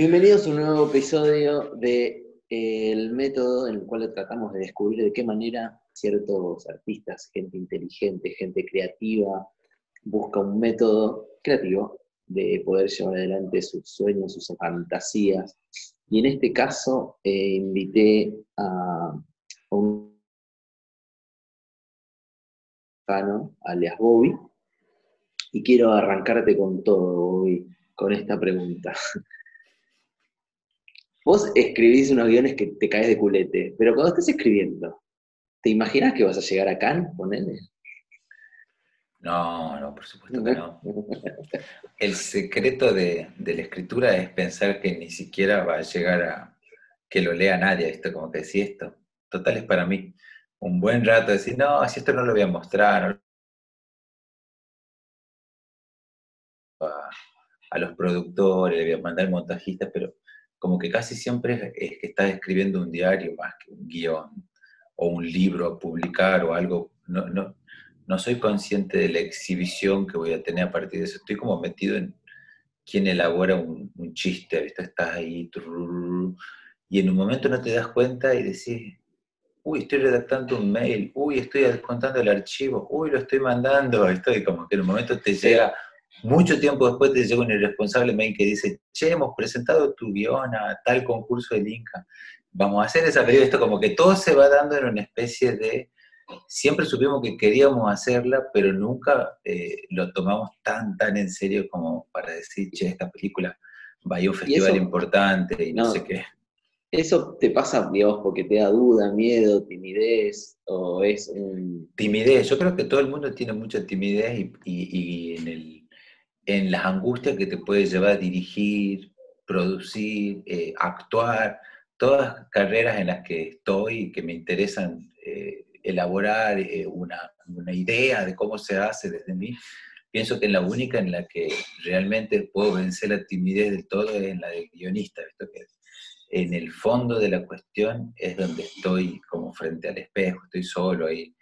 Bienvenidos a un nuevo episodio de el método en el cual tratamos de descubrir de qué manera ciertos artistas, gente inteligente, gente creativa, busca un método creativo de poder llevar adelante sus sueños, sus fantasías. Y en este caso invité a un cano, alias Bobby, y quiero arrancarte con todo, Bobby, con esta pregunta. Vos escribís unos guiones que te caes de culete, pero cuando estás escribiendo, ¿te imaginas que vas a llegar a Cannes? Ponele. No, no, por supuesto que no. El secreto de la escritura es pensar que ni siquiera va a llegar a que lo lea nadie, esto como que decía esto. Total es para mí un buen rato decir, no, si esto no lo voy a mostrar, no a los productores, le voy a mandar montajistas, pero como que casi siempre es que estás escribiendo un diario más que un guión o un libro a publicar o algo. No soy consciente de la exhibición que voy a tener a partir de eso. Estoy como metido en quién elabora un chiste, ¿viste? Estás ahí, tururú, y en un momento no te das cuenta y decís, uy, estoy redactando un mail, uy, estoy contando el archivo, uy, lo estoy mandando, estoy como que en un momento te Pero, llega, mucho tiempo después te llega un irresponsable mail que dice, che, hemos presentado tu guión a tal concurso del Inca, vamos a hacer esa pedida, esto como que todo se va dando en una especie de, siempre supimos que queríamos hacerla, pero nunca lo tomamos tan en serio como para decir, che, esta película va a ir a un y festival eso, importante y no sé no, qué. eso te pasa, digamos, porque te da duda, miedo, timidez, o es un... Timidez, yo creo que todo el mundo tiene mucha timidez y en las angustias que te puede llevar a dirigir, producir, actuar, todas carreras en las que estoy y que me interesan elaborar una idea de cómo se hace desde mí, pienso que la única en la que realmente puedo vencer la timidez del todo es en la de guionista, ¿visto? Que en el fondo de la cuestión es donde estoy como frente al espejo, estoy solo ahí,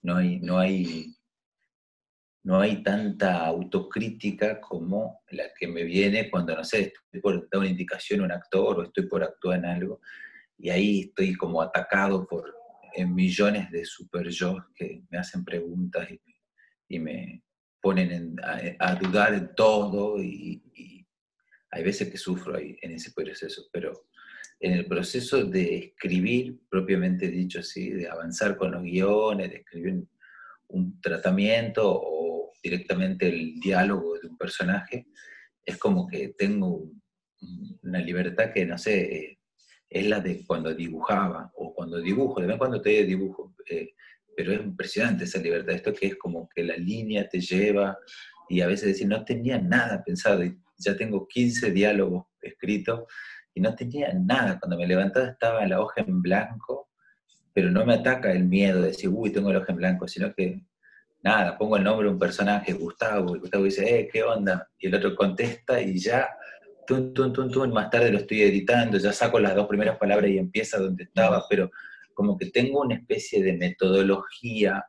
no hay tanta autocrítica como la que me viene cuando, no sé, estoy por dar una indicación a un actor o estoy por actuar en algo, y ahí estoy como atacado por millones de super yo que me hacen preguntas y me ponen a dudar en todo, y hay veces que sufro ahí en ese proceso, pero en el proceso de escribir, propiamente dicho así, de avanzar con los guiones, de escribir un tratamiento o directamente el diálogo de un personaje, es como que tengo una libertad que, no sé, es la de cuando dibujaba o cuando dibujo, de vez en cuando te dibujo, pero es impresionante esa libertad, esto que es como que la línea te lleva y a veces decir, no tenía nada pensado y ya tengo 15 diálogos escritos y no tenía nada, cuando me levantaba estaba la hoja en blanco, pero no me ataca el miedo de decir, uy, tengo el hoja en blanco, sino que nada, pongo el nombre de un personaje, Gustavo, y Gustavo dice, ¿qué onda? Y el otro contesta y ya, más tarde lo estoy editando, ya saco las dos primeras palabras y empieza donde estaba, pero como que tengo una especie de metodología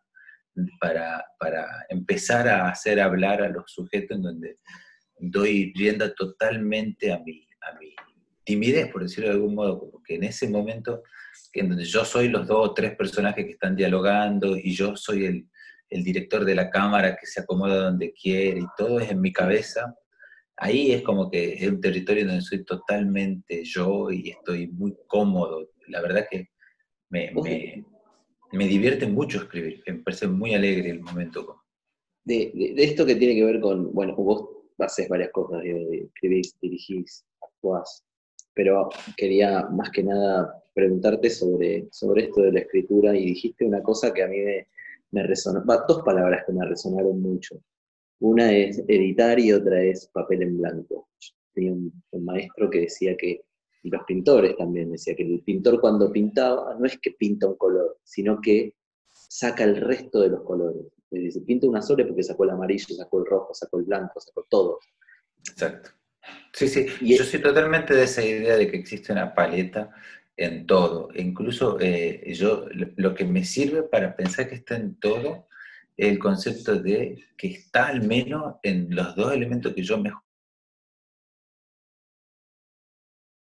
para empezar a hacer hablar a los sujetos en donde doy rienda totalmente a mi timidez, por decirlo de algún modo, como que en ese momento en donde yo soy los dos o tres personajes que están dialogando y yo soy el director de la cámara que se acomoda donde quiere y todo es en mi cabeza, ahí es como que es un territorio donde soy totalmente yo y estoy muy cómodo. La verdad que me, Vos me, me divierte mucho escribir, me parece muy alegre el momento. de esto que tiene que ver con, bueno, vos haces varias cosas, digo, escribís, dirigís, actuás, pero quería más que nada preguntarte sobre esto de la escritura y dijiste una cosa que a mí me resonó, dos palabras que me resonaron mucho. Una es editar y otra es papel en blanco. Tenía un maestro que decía que, y los pintores también, decía que el pintor cuando pintaba no es que pinta un color, sino que saca el resto de los colores. Es decir, pinta una sola porque sacó el amarillo, sacó el rojo, sacó el blanco, sacó todo. Exacto. Sí, sí, Y yo soy totalmente de esa idea de que existe una paleta en todo. E incluso yo lo que me sirve para pensar que está en todo es el concepto de que está al menos en los dos elementos que yo mejor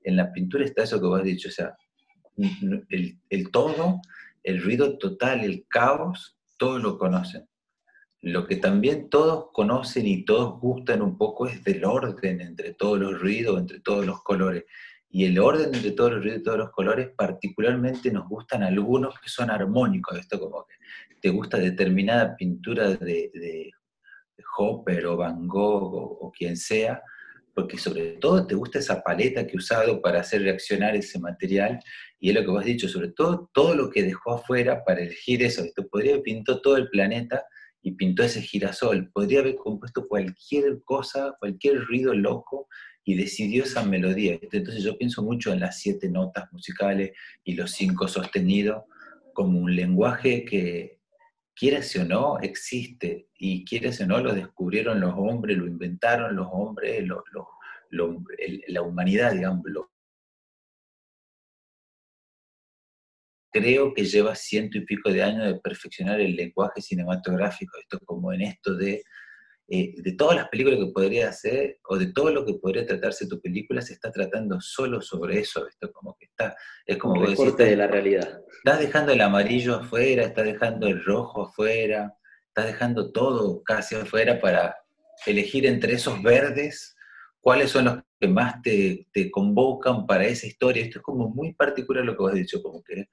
en la pintura está eso que vos has dicho, o sea, el todo, el ruido total, el caos, todos lo conocen. Lo que también todos conocen y todos gustan un poco es del orden entre todos los ruidos, entre todos los colores. Y el orden entre todos los ruidos y todos los colores, particularmente nos gustan algunos que son armónicos. Esto como que te gusta determinada pintura de Hopper o Van Gogh o quien sea, porque sobre todo te gusta esa paleta que he usado para hacer reaccionar ese material, y es lo que vos has dicho, sobre todo todo lo que dejó afuera para elegir eso. Esto podría haber pintado todo el planeta y pintó ese girasol, podría haber compuesto cualquier cosa, cualquier ruido loco, y decidió esa melodía. Entonces yo pienso mucho en las 7 notas musicales y los 5 sostenidos como un lenguaje que, quieras o no, existe, y quieras o no, lo descubrieron los hombres, lo inventaron los hombres, la humanidad, digamos. Creo que lleva 100 y pico de años de perfeccionar el lenguaje cinematográfico, esto como en esto de todas las películas que podría hacer, o de todo lo que podría tratarse tu película, se está tratando solo sobre eso, esto como que está, es Un como vos decís, recorte de la realidad. estás dejando el amarillo afuera, estás dejando el rojo afuera, estás dejando todo casi afuera para elegir entre esos verdes cuáles son los que más te convocan para esa historia. Esto es como muy particular lo que vos has dicho, como que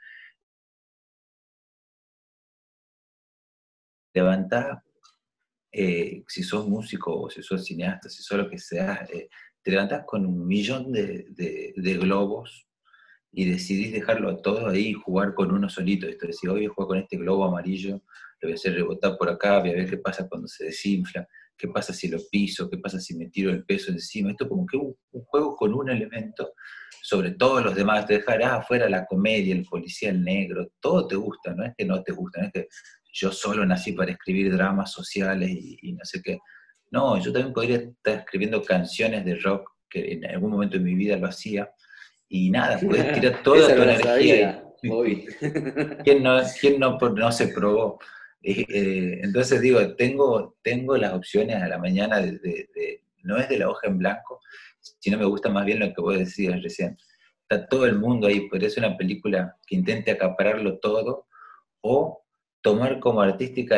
levantás, si sos músico o si sos cineasta, si sos lo que sea, te levantás con 1 millón de globos y decidís dejarlo todo ahí y jugar con uno solito. Esto es decir, hoy voy a jugar con este globo amarillo, lo voy a hacer rebotar por acá, voy a ver qué pasa cuando se desinfla, qué pasa si lo piso, qué pasa si me tiro el peso encima. Esto como que un juego con un elemento sobre todos los demás. Te dejarás afuera la comedia, el policía, el negro, todo te gusta, no es que no te gusta, no es que yo solo nací para escribir dramas sociales y no sé qué. No, yo también podría estar escribiendo canciones de rock, que en algún momento de mi vida lo hacía, y nada, puedes tirar toda Esa tu no la energía sabía, Bobby. ¿quién no, no se probó? Entonces digo, tengo las opciones a la mañana no es de la hoja en blanco, sino me gusta más bien lo que vos decías recién. Está todo el mundo ahí, pero es una película que intente acapararlo todo, o tomar como artística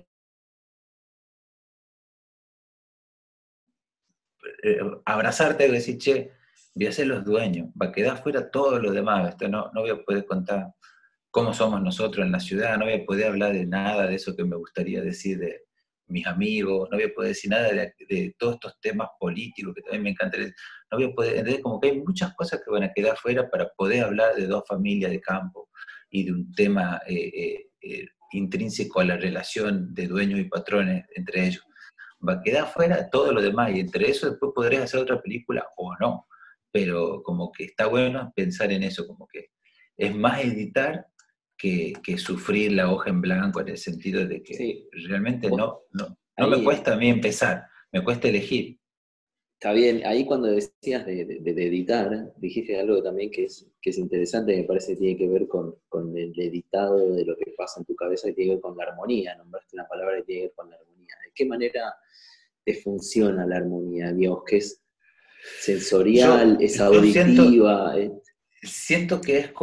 abrazarte y decir, che, voy a ser los dueños, va a quedar fuera todo lo demás, esto no voy a poder contar cómo somos nosotros en la ciudad, no voy a poder hablar de nada de eso que me gustaría decir de mis amigos, no voy a poder decir nada de todos estos temas políticos que también me encantaría, no voy a poder, entonces como que hay muchas cosas que van a quedar fuera para poder hablar de 2 familias de campo y de un tema intrínseco a la relación de dueños y patrones entre ellos. Va a quedar fuera todo lo demás, y entre eso después podrás hacer otra película o no, pero como que está bueno pensar en eso, como que es más editar que sufrir la hoja en blanco, en el sentido de que Sí, realmente vos no me ahí cuesta a mí empezar, me cuesta elegir. está bien. Ahí cuando decías de editar, dijiste algo también que es interesante, me parece que tiene que ver con el editado de lo que pasa en tu cabeza y tiene que ver con la armonía. Nombraste una palabra que tiene que ver con la armonía. ¿De qué manera te funciona la armonía, Dios? ¿Que es sensorial, es Yo siento, auditiva? siento que es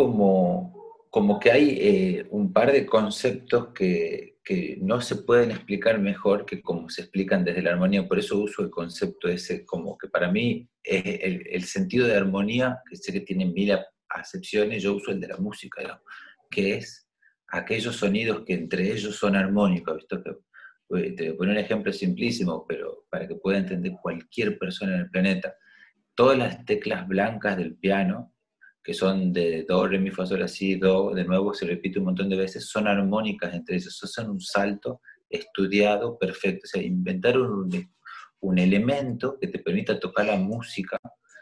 como que hay un par de conceptos que no se pueden explicar mejor que como se explican desde la armonía. Por eso uso el concepto ese, como que para mí es el sentido de armonía, que sé que tiene mil acepciones, yo uso el de la música, digamos, que es aquellos sonidos que entre ellos son armónicos. ¿Visto? Te voy a poner un ejemplo simplísimo, pero para que pueda entender cualquier persona en el planeta. Todas las teclas blancas del piano, que son de do, re, mi, fa, sol, la, si, do, de nuevo se repite un montón de veces, son armónicas entre ellos, son un salto estudiado perfecto. O sea, inventaron un elemento que te permita tocar la música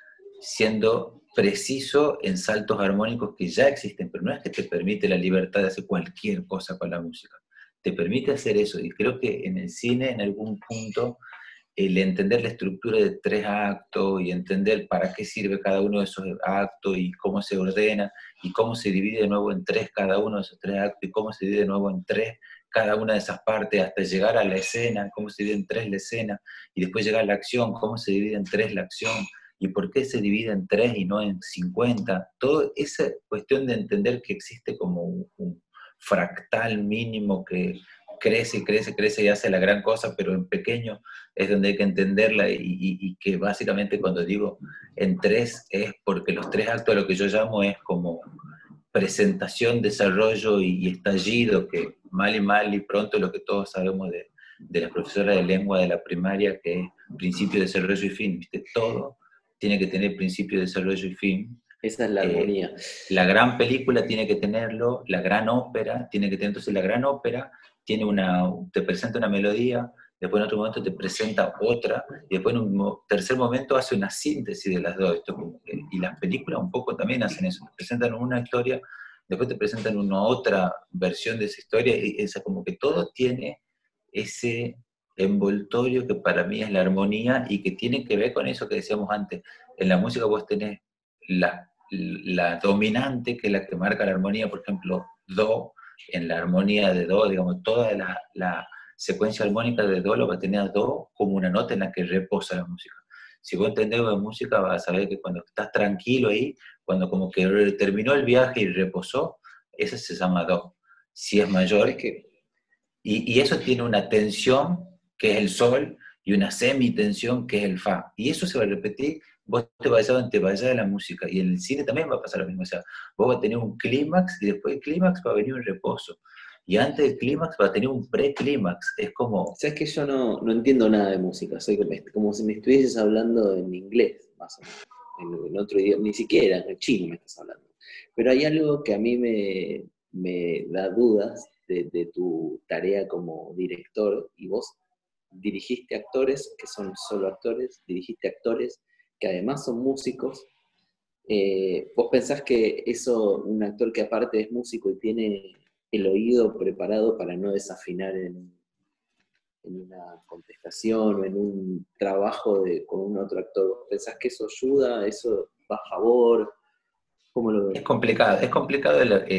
siendo preciso en saltos armónicos que ya existen, pero no es que te permite la libertad de hacer cualquier cosa con la música. Te permite hacer eso, y creo que en el cine, en algún punto, el entender la estructura de 3 actos y entender para qué sirve cada uno de esos actos y cómo se ordena y cómo se divide de nuevo en 3 cada uno de esos 3 actos y cómo se divide de nuevo en 3 cada una de esas partes hasta llegar a la escena, cómo se divide en 3 la escena y después llegar a la acción, cómo se divide en 3 la acción y por qué se divide en 3 y no en 50. Toda esa cuestión de entender que existe como un fractal mínimo que crece y crece, crece y hace la gran cosa, pero en pequeño es donde hay que entenderla y que básicamente cuando digo en 3 es porque los 3 actos lo que yo llamo es como presentación, desarrollo y estallido, que mal y pronto lo que todos sabemos de la profesora de lengua de la primaria, que es principio, desarrollo y fin, ¿viste? Todo tiene que tener principio, desarrollo y fin. Esa es la armonía. La gran película tiene que tenerlo, la gran ópera tiene que tener, entonces la gran ópera tiene te presenta una melodía, después en otro momento te presenta otra, y después en un tercer momento hace una síntesis de las dos. Y las películas un poco también hacen eso, te presentan una historia, después te presentan una otra versión de esa historia, y es como que todo tiene ese envoltorio que para mí es la armonía y que tiene que ver con eso que decíamos antes. En la música vos tenés la dominante, que es la que marca la armonía, por ejemplo, do, en la armonía de do, digamos, toda la secuencia armónica de do lo va a tener do como una nota en la que reposa la música. Si vos entendés de música, vas a saber que cuando estás tranquilo ahí, cuando como que terminó el viaje y reposó, ese se llama do. Si es mayor, Es que y eso tiene una tensión, que es el sol, y una semitensión, que es el fa. Y eso se va a repetir, vos te vayas donde te vayas de la música. Y en el cine también va a pasar lo mismo. O sea, vos vas a tener un clímax, y después del clímax va a venir un reposo. Y antes del clímax va a tener un preclímax. Es como... sabes que yo no entiendo nada de música, soy como si me estuvieses hablando en inglés, más o menos, en otro idioma, ni siquiera en chino me estás hablando. Pero hay algo que a mí me da dudas de tu tarea como director, y vos dirigiste actores que son solo actores, dirigiste actores que además son músicos. ¿Vos pensás que eso, un actor que aparte es músico y tiene el oído preparado para no desafinar en una contestación o en un trabajo con un otro actor? ¿Pensás que eso ayuda? ¿Eso va a favor? ¿Cómo lo ves? Es complicado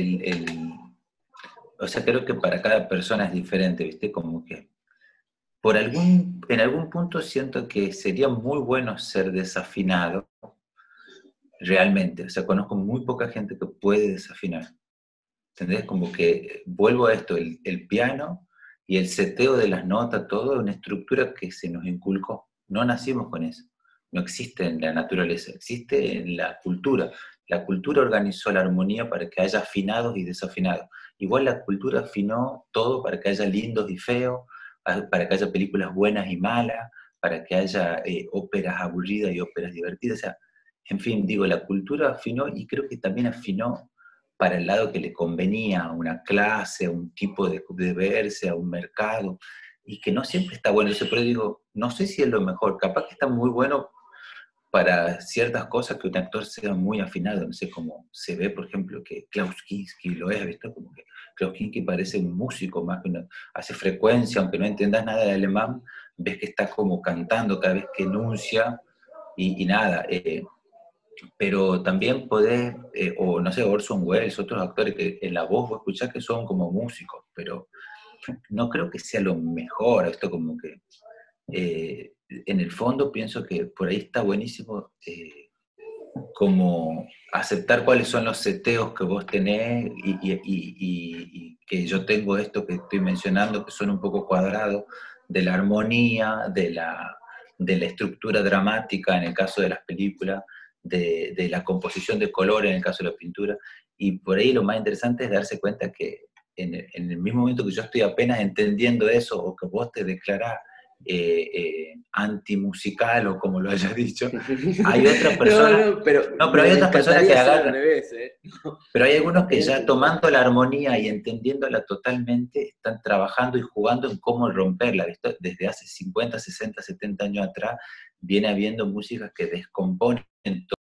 o sea, creo que para cada persona es diferente, ¿viste? Como que en algún punto siento que sería muy bueno ser desafinado, realmente. O sea, conozco muy poca gente que puede desafinar. ¿Entendés? Como que vuelvo a esto, el piano y el seteo de las notas, todo es una estructura que se nos inculcó. No nacimos con eso. No existe en la naturaleza, existe en la cultura. La cultura organizó la armonía para que haya afinados y desafinados. Igual la cultura afinó todo para que haya lindos y feos, para que haya películas buenas y malas, para que haya óperas aburridas y óperas divertidas. O sea, en fin, digo, la cultura afinó y creo que también afinó para el lado que le convenía a una clase, a un tipo de verse, a un mercado, y que no siempre está bueno. Yo siempre digo, no sé si es lo mejor, capaz que está muy bueno para ciertas cosas que un actor sea muy afinado, no sé cómo se ve, por ejemplo, que Klaus Kinski lo es, ¿viste? Como que Klaus Kinski parece un músico más que hace frecuencia, aunque no entiendas nada de alemán, ves que está como cantando cada vez que enuncia, y nada, pero también podés, o no sé, Orson Welles, otros actores que en la voz vos escuchás que son como músicos, pero no creo que sea lo mejor, esto como que, en el fondo pienso que por ahí está buenísimo como aceptar cuáles son los seteos que vos tenés y que yo tengo esto que estoy mencionando, que son un poco cuadrados, de la armonía, de la estructura dramática en el caso de las películas, de la composición de color en el caso de la pintura, y por ahí lo más interesante es darse cuenta que en el mismo momento que yo estoy apenas entendiendo eso, o que vos te declarás antimusical, o como lo hayas dicho, hay otra persona... pero hay otras personas que agarran... Revés, Pero hay algunos que ya tomando la armonía y entendiéndola totalmente, están trabajando y jugando en cómo romperla. ¿Viste? Desde hace 50, 60, 70 años atrás viene habiendo músicas que descomponen todo.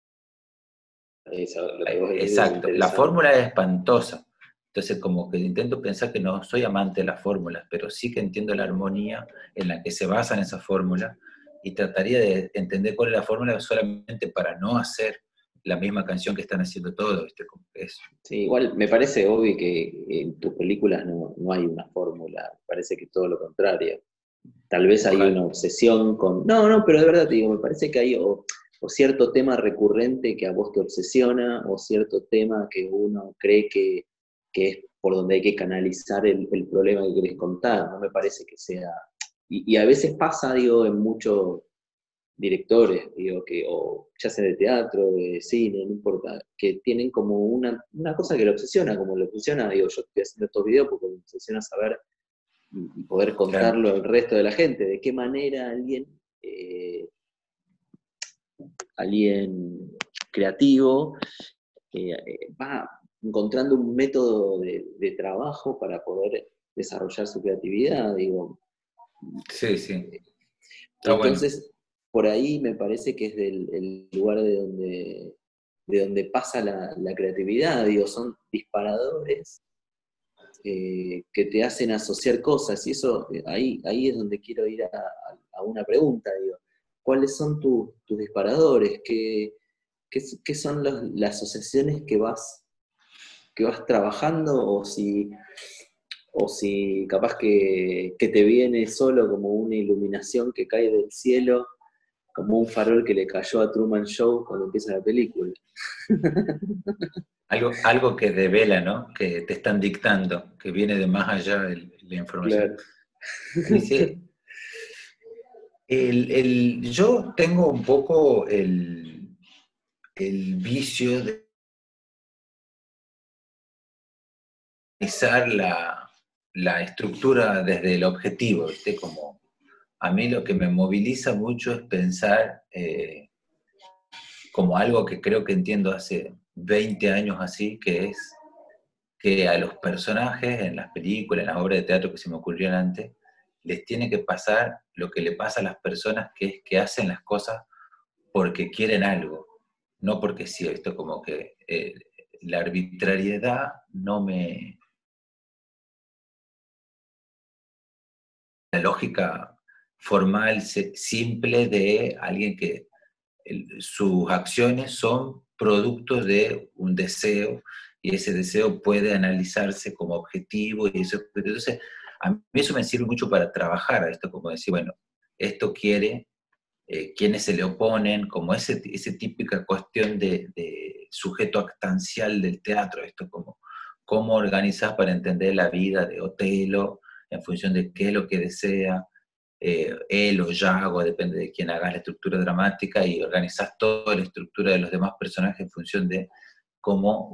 Eso, lo que vos decís es Exacto, la interesante. fórmula es espantosa. Entonces como que intento pensar que no soy amante de las fórmulas, pero sí que entiendo la armonía en la que se basan esas fórmulas, y trataría de entender cuál es la fórmula solamente para no hacer la misma canción que están haciendo todos, ¿viste? Como que eso. Sí, igual me parece obvio que en tus películas no hay una fórmula, parece que todo lo contrario. Tal vez hay Ojalá. una obsesión con... No, pero de verdad te digo, me parece que hay o cierto tema recurrente que a vos te obsesiona, o cierto tema que uno cree que es por donde hay que canalizar el problema que querés contar. No me parece que sea... Y a veces pasa, digo, en muchos directores, digo, o ya sea de teatro, de cine, no importa, que tienen como una cosa que lo obsesiona, como lo obsesiona, digo, yo estoy haciendo estos videos porque me obsesiona saber y poder Claro. contarlo al resto de la gente, de qué manera alguien creativo va encontrando un método de trabajo para poder desarrollar su creatividad, digo. Sí, sí, está bueno. Entonces, por ahí me parece que es el lugar de donde pasa la creatividad, digo, son disparadores que te hacen asociar cosas, y eso, ahí es donde quiero ir a una pregunta, digo, ¿cuáles son tus disparadores? ¿Qué son las asociaciones que vas trabajando, o si capaz que te viene solo como una iluminación que cae del cielo, como un farol que le cayó a Truman Show cuando empieza la película? Algo que devela, ¿no? Que te están dictando, que viene de más allá de la información. Claro. Dice, yo tengo un poco el vicio de analizar la estructura desde el objetivo, ¿viste? Como a mí lo que me moviliza mucho es pensar como algo que creo que entiendo hace 20 años así, que es que a los personajes en las películas, en las obras de teatro que se me ocurrieron antes, les tiene que pasar lo que le pasa a las personas, que es que hacen las cosas porque quieren algo, no porque sí. Esto como que la arbitrariedad no me... La lógica formal, simple de alguien que sus acciones son productos de un deseo, y ese deseo puede analizarse como objetivo, y eso, entonces a mí eso me sirve mucho para trabajar a esto, como decir, bueno, esto quiere, quienes se le oponen, como ese típica cuestión de sujeto actancial del teatro, esto como cómo organizas para entender la vida de Otelo en función de qué es lo que desea, él o Yago, depende de quién hagas la estructura dramática, y organizás toda la estructura de los demás personajes en función de cómo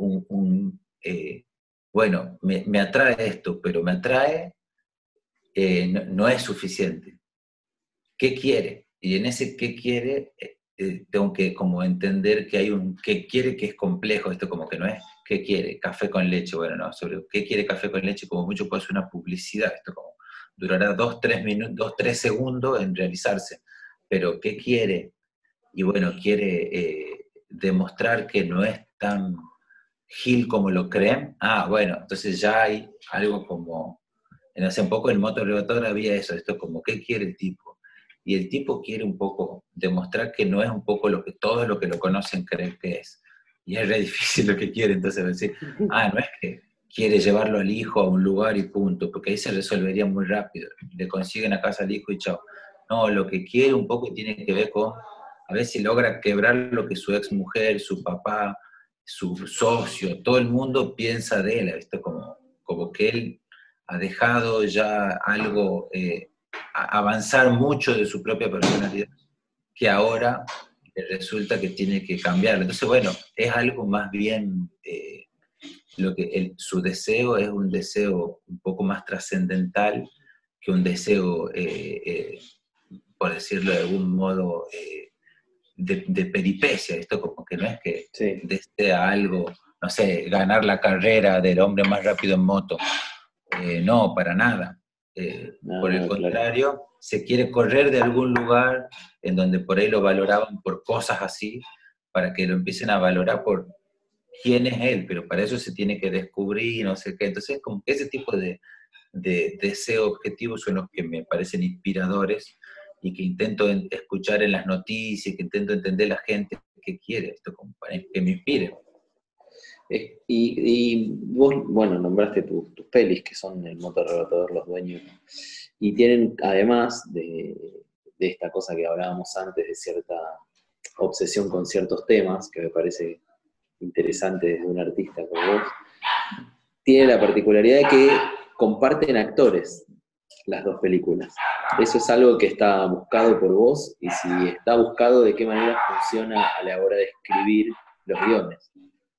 bueno, me atrae esto, pero me atrae, no es suficiente. ¿Qué quiere? Y en ese qué quiere, tengo que como entender que hay un qué quiere que es complejo, esto como que no es qué quiere, café con leche, bueno, no, sobre qué quiere café con leche, como mucho puede ser una publicidad, esto como durará 2, 3 minutos, 2, 3 segundos en realizarse, pero qué quiere, y bueno, quiere demostrar que no es tan gil como lo creen, bueno, entonces ya hay algo como, en hace un poco el motorrebotador había eso, esto como, ¿qué quiere el tipo? Y el tipo quiere un poco demostrar que no es un poco lo que todos los que lo conocen creen que es. Y es re difícil lo que quiere, entonces decir, no es que quiere llevarlo al hijo a un lugar y punto, porque ahí se resolvería muy rápido. Le consiguen a casa al hijo y chao. No, lo que quiere un poco tiene que ver con, a ver si logra quebrar lo que su ex mujer, su papá, su socio, todo el mundo piensa de él, ¿viste? Como que él ha dejado ya algo, avanzar mucho de su propia personalidad, que ahora resulta que tiene que cambiarlo. Entonces, bueno, es algo más bien, su deseo es un deseo un poco más trascendental que un deseo, por decirlo de algún modo, de peripecia. Esto como que no es que Sí. desea algo, no sé, ganar la carrera del hombre más rápido en moto. No, para nada. Por el No, claro. contrario, se quiere correr de algún lugar en donde por ahí lo valoraban por cosas así, para que lo empiecen a valorar por quién es él, pero para eso se tiene que descubrir, no sé qué. Entonces, como que ese tipo de deseos objetivos son los que me parecen inspiradores, y que intento escuchar en las noticias, que intento entender la gente que quiere esto, como para que me inspire. Y vos, bueno, nombraste tus pelis, que son El motorrebotador, Los dueños, y tienen, además de esta cosa que hablábamos antes, de cierta obsesión con ciertos temas, que me parece interesante desde un artista como vos, tiene la particularidad de que comparten actores las dos películas. Eso es algo que está buscado por vos, y si está buscado, ¿de qué manera funciona a la hora de escribir los guiones?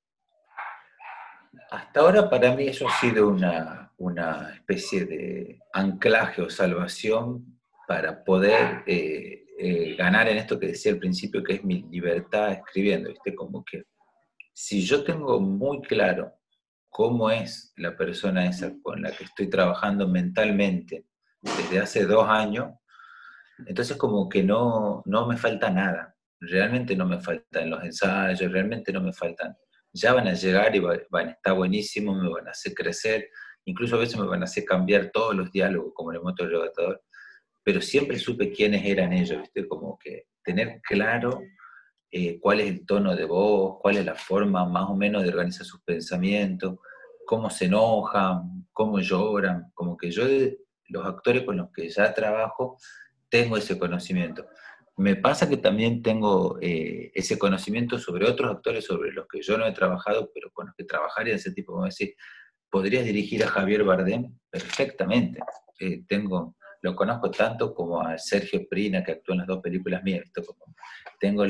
Hasta ahora para mí eso ha sido una especie de anclaje o salvación para poder ganar en esto que decía al principio, que es mi libertad escribiendo, ¿viste? Como que si yo tengo muy claro cómo es la persona esa con la que estoy trabajando mentalmente desde hace 2 años, entonces como que no me falta nada, realmente no me faltan los ensayos, realmente no me faltan. Ya van a llegar y van a estar buenísimos, me van a hacer crecer, incluso a veces me van a hacer cambiar todos los diálogos como en el motorrebatador, pero siempre supe quiénes eran ellos, ¿viste? Como que tener claro cuál es el tono de voz, cuál es la forma más o menos de organizar sus pensamientos, cómo se enojan, cómo lloran, como que yo los actores con los que ya trabajo tengo ese conocimiento. Me pasa que también tengo ese conocimiento sobre otros actores sobre los que yo no he trabajado, pero con los que trabajaría ese tipo, como decir, podrías dirigir a Javier Bardem perfectamente. Lo conozco tanto como a Sergio Prina, que actuó en las 2 películas mías, ¿visto? Como tengo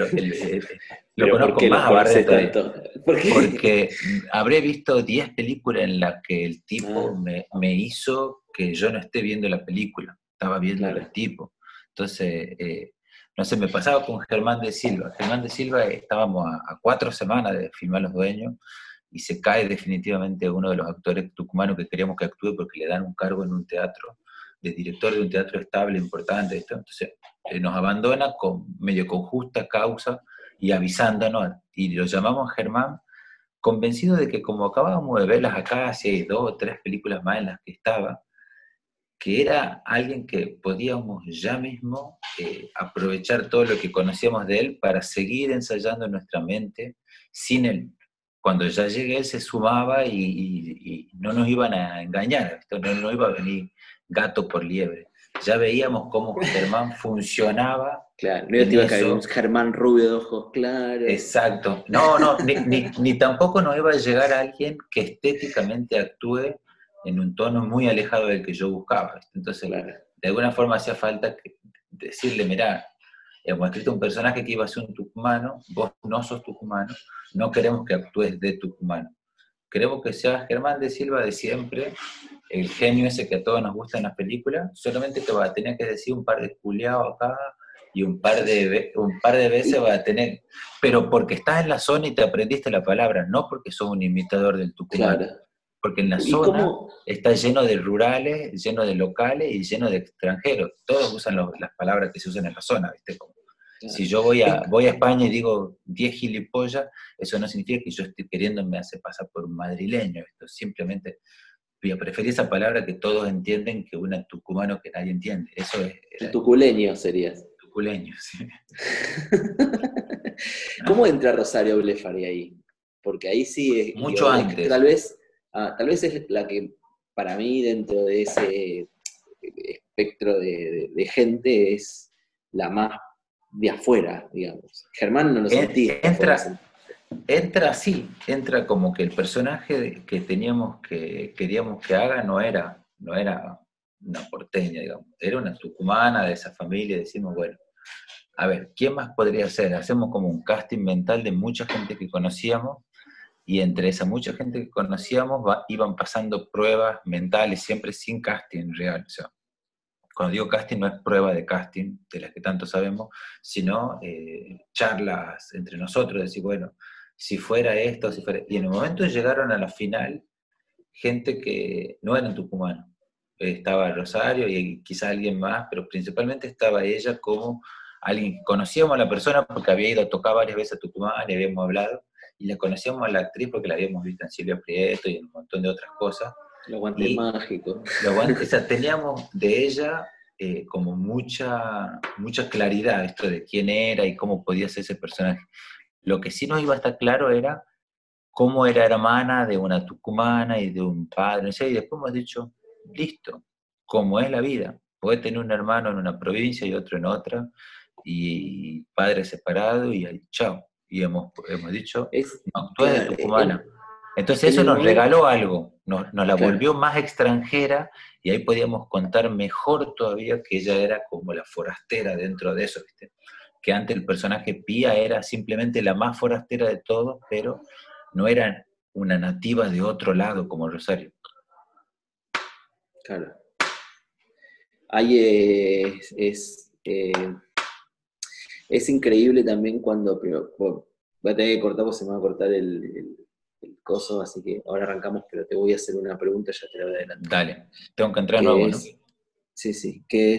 lo Pero ¿por conozco qué más los a Bardem conoces todavía, tanto? ¿Por qué? porque habré visto 10 películas en las que el tipo Ah, me hizo que yo no esté viendo la película, estaba viendo claro. el tipo. Entonces, no sé, me pasaba con Germán de Silva. Germán de Silva estábamos a 4 semanas de filmar Los Dueños, y se cae definitivamente uno de los actores tucumanos que queríamos que actúe porque le dan un cargo en un teatro, de director de un teatro estable, importante, ¿esto? Entonces nos abandona medio con justa causa y avisándonos, y lo llamamos a Germán, convencido de que como acabábamos de ver Las Acacias y 2 o 3 películas más en las que estaba, que era alguien que podíamos ya mismo aprovechar todo lo que conocíamos de él para seguir ensayando en nuestra mente sin él. Cuando ya llegué él se sumaba y no nos iban a engañar, esto no iba a venir gato por liebre. Ya veíamos cómo Germán funcionaba Claro, no en te iba a caer un eso. Germán rubio de ojos claros. Exacto. No, ni tampoco nos iba a llegar a alguien que estéticamente actúe en un tono muy alejado del que yo buscaba, ¿viste? Entonces, Claro, de alguna forma hacía falta decirle, mirá, hemos escrito un personaje que iba a ser un tucumano, vos no sos tucumano, no queremos que actúes de tucumano. Queremos que seas Germán de Silva de siempre, el genio ese que a todos nos gusta en las películas, solamente te va a tener que decir un par de culiados acá y un par de veces va a tener, pero porque estás en la zona y te aprendiste la palabra, no porque sos un imitador del tucumano, claro. porque en la ¿Y zona cómo? está lleno de rurales, lleno de locales y lleno de extranjeros. Todos usan las palabras que se usan en la zona, ¿viste? Como, si Claro. yo voy a España y digo 10 gilipollas, eso no significa que yo esté queriendo me hace pasar por un madrileño. Esto simplemente voy a preferir esa palabra que todos entienden que un tucumano que nadie entiende. Eso Tu era tuculeño serías. tuculeño, ¿sí? ¿Cómo entra Rosario Blefari ahí? Porque ahí sí, Mucho digo, antes. tal vez es la que para mí dentro de ese espectro de gente es la más de afuera, digamos. Germán no lo sentís de afuera. Entra así, entra como que el personaje que queríamos que haga no era una porteña, digamos, era una tucumana de esa familia, y decimos, bueno, a ver, ¿quién más podría ser? Hacemos como un casting mental de mucha gente que conocíamos, y entre esa mucha gente que conocíamos iban pasando pruebas mentales, siempre sin casting real. O sea, cuando digo casting no es prueba de casting, de las que tanto sabemos, sino charlas entre nosotros, decir, bueno, si fuera esto, si fuera... Y en el momento llegaron a la final gente que no eran tucumanos. Estaba Rosario y quizás alguien más, pero principalmente estaba ella como alguien que conocíamos a la persona porque había ido a tocar varias veces a Tucumán, le habíamos hablado, y la conocíamos a la actriz porque la habíamos visto en Silvia Prieto y en un montón de otras cosas. Los guantes Y mágicos. o sea, teníamos de ella como mucha claridad esto de quién era y cómo podía ser ese personaje. Lo que sí nos iba a estar claro era cómo era hermana de una tucumana y de un padre, no sé, y después hemos dicho, listo, como es la vida, puede tener un hermano en una provincia y otro en otra, y padre separado, y ahí, chao. Y hemos dicho, no actúes de Claro, tu cubana. Entonces en eso el nos momento, regaló algo, nos la claro, volvió más extranjera, y ahí podíamos contar mejor todavía que ella era como la forastera dentro de eso, ¿viste? Que antes el personaje Pía era simplemente la más forastera de todos, pero no era una nativa de otro lado como Rosario. claro. Ahí es increíble también cuando, pero, voy a tener que cortar porque se me va a cortar el coso, así que ahora arrancamos, pero te voy a hacer una pregunta, ya te la voy a adelantar. Dale, tengo que entrar Que nuevo, ¿no? es, sí, sí, que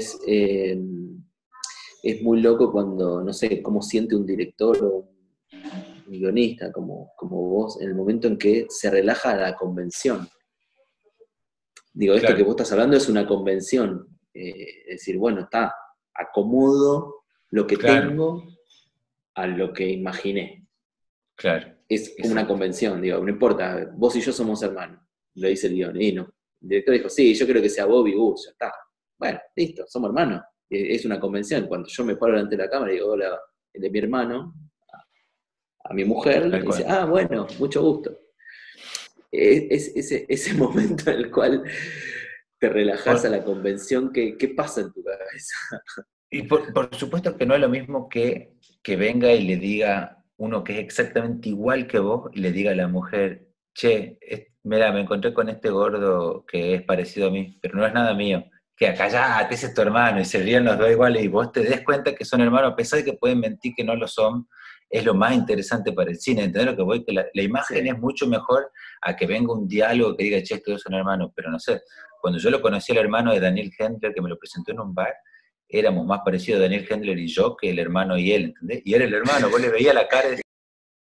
es muy loco cuando, no sé, cómo siente un director o un guionista como vos en el momento en que se relaja la convención. Digo, esto que Claro, vos estás hablando es una convención. Es decir, bueno, está, acomodo lo que claro, tengo a lo que imaginé. claro, Es como una exacto. convención, digo, no importa, vos y yo somos hermanos, lo dice el guion. Y no. El director dijo, sí, yo creo que sea Bobby Gus, ya está. Bueno, listo, somos hermanos. Es una convención. Cuando yo me paro delante de la cámara y digo, hola, el de mi hermano, a mi mujer, le Tal dice, cual. ah, bueno, mucho gusto. Es ese momento en el cual te relajás a Por- la convención, ¿qué pasa en tu cabeza? y por supuesto que no es lo mismo que venga y le diga uno que es exactamente igual que vos y le diga a la mujer, che, mira, me encontré con este gordo que es parecido a mí, pero no es nada mío. Que acá ya, ese es tu hermano, y se ríen los dos iguales y vos te des cuenta que son hermanos, a pesar de que pueden mentir que no lo son, es lo más interesante para el cine. ¿Entendés lo que voy? Que la imagen Sí, es mucho mejor a que venga un diálogo que diga, che, estos dos son hermanos, pero no sé. Cuando yo lo conocí al hermano de Daniel Hendler, que me lo presentó en un bar, éramos más parecidos Daniel Hendler y yo que el hermano y él, ¿entendés? Y era el hermano, vos le veías la cara y decías,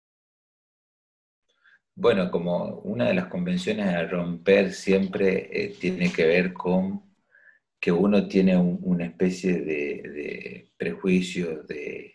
bueno, como una de las convenciones a romper siempre tiene que ver con que uno tiene una especie de prejuicio de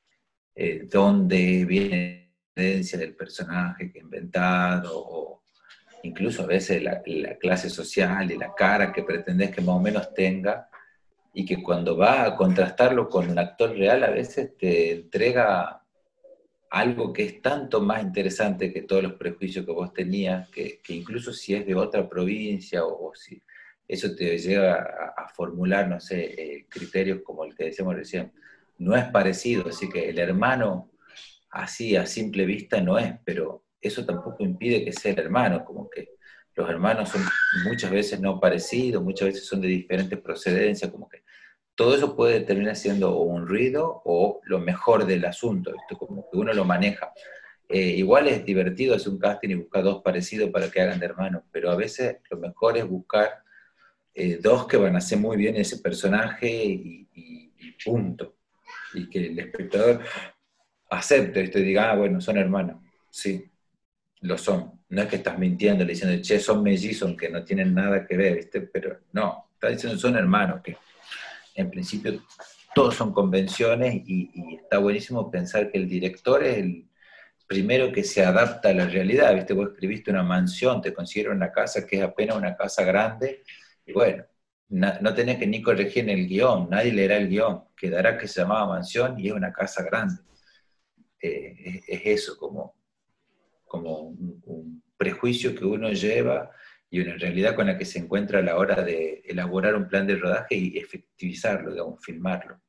dónde viene la herencia del personaje que ha inventado, o incluso a veces la clase social y la cara que pretendés que más o menos tenga, y que cuando va a contrastarlo con un actor real a veces te entrega algo que es tanto más interesante que todos los prejuicios que vos tenías, que incluso si es de otra provincia o si eso te lleva a formular, no sé, criterios como el que decíamos recién, no es parecido, así que el hermano así a simple vista no es, pero eso tampoco impide que sea el hermano, como que los hermanos son muchas veces no parecidos, muchas veces son de diferentes procedencias, como que todo eso puede terminar siendo o un ruido o lo mejor del asunto, ¿viste? Como que uno lo maneja. Igual es divertido hacer un casting y buscar dos parecidos para que hagan de hermanos, pero a veces lo mejor es buscar dos que van a hacer muy bien ese personaje y punto. Y que el espectador acepte esto y diga, ah, bueno, son hermanos. Sí, lo son. No es que estás mintiendo, le diciendo, che, son mellizos, que no tienen nada que ver, ¿viste? Pero no, está diciendo, son hermanos, que en principio todos son convenciones y está buenísimo pensar que el director es el primero que se adapta a la realidad, ¿viste? Vos escribiste una mansión, te consiguieron una casa que es apenas una casa grande, y bueno, no tenés que ni corregir en el guión, nadie leerá el guión, quedará que se llamaba mansión y es una casa grande. Es eso, como un prejuicio que uno lleva y una realidad con la que se encuentra a la hora de elaborar un plan de rodaje y efectivizarlo, digamos, filmarlo.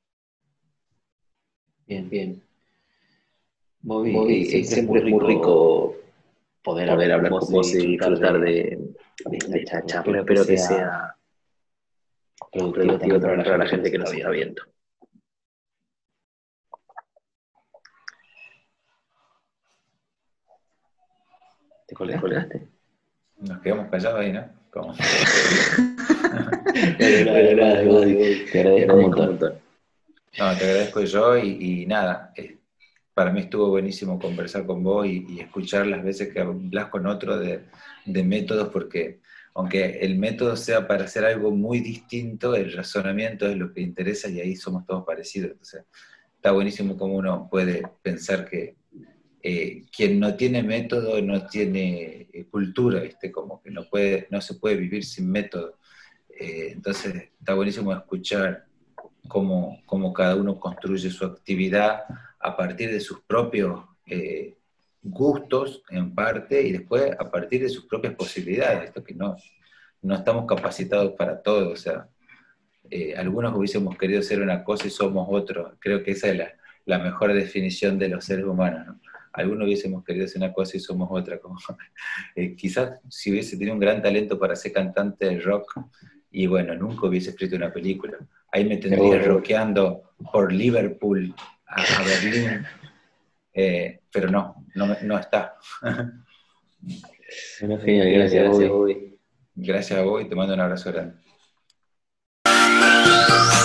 bien, bien. Bobby, Bobby, siempre es muy rico poder hablar con vos y disfrutar de de esta esta charla. charla. Espero Espero que sea productivo productivo también también para para la la gente gente que que nos nos está está viendo. viendo. ¿Te ¿Te colgaste? colgaste? Nos quedamos callados ahí, ¿no? Como... Bueno, nada, Bobby, Te te agradezco un agradezco un montón. montón. No, te agradezco yo y nada, para mí estuvo buenísimo conversar con vos y escuchar las veces que hablas con otro de métodos, porque aunque el método sea para hacer algo muy distinto, el razonamiento es lo que interesa y ahí somos todos parecidos. Entonces, está buenísimo cómo uno puede pensar que quien no tiene método no tiene cultura, ¿viste? Como que no se puede vivir sin método. Entonces, está buenísimo escuchar cómo cada uno construye su actividad a partir de sus propios gustos, en parte, y después a partir de sus propias posibilidades, esto que no estamos capacitados para todo, o sea, algunos hubiésemos querido ser una cosa y somos otro, creo que esa es la mejor definición de los seres humanos, ¿no? Algunos hubiésemos querido ser una cosa y somos otra, como, quizás si hubiese tenido un gran talento para ser cantante de rock, y bueno, nunca hubiese escrito una película, ahí me tendría rockeando por Liverpool a Berlín, pero no está. Bueno, genial, gracias, Bobby. Gracias a vos y te mando un abrazo grande.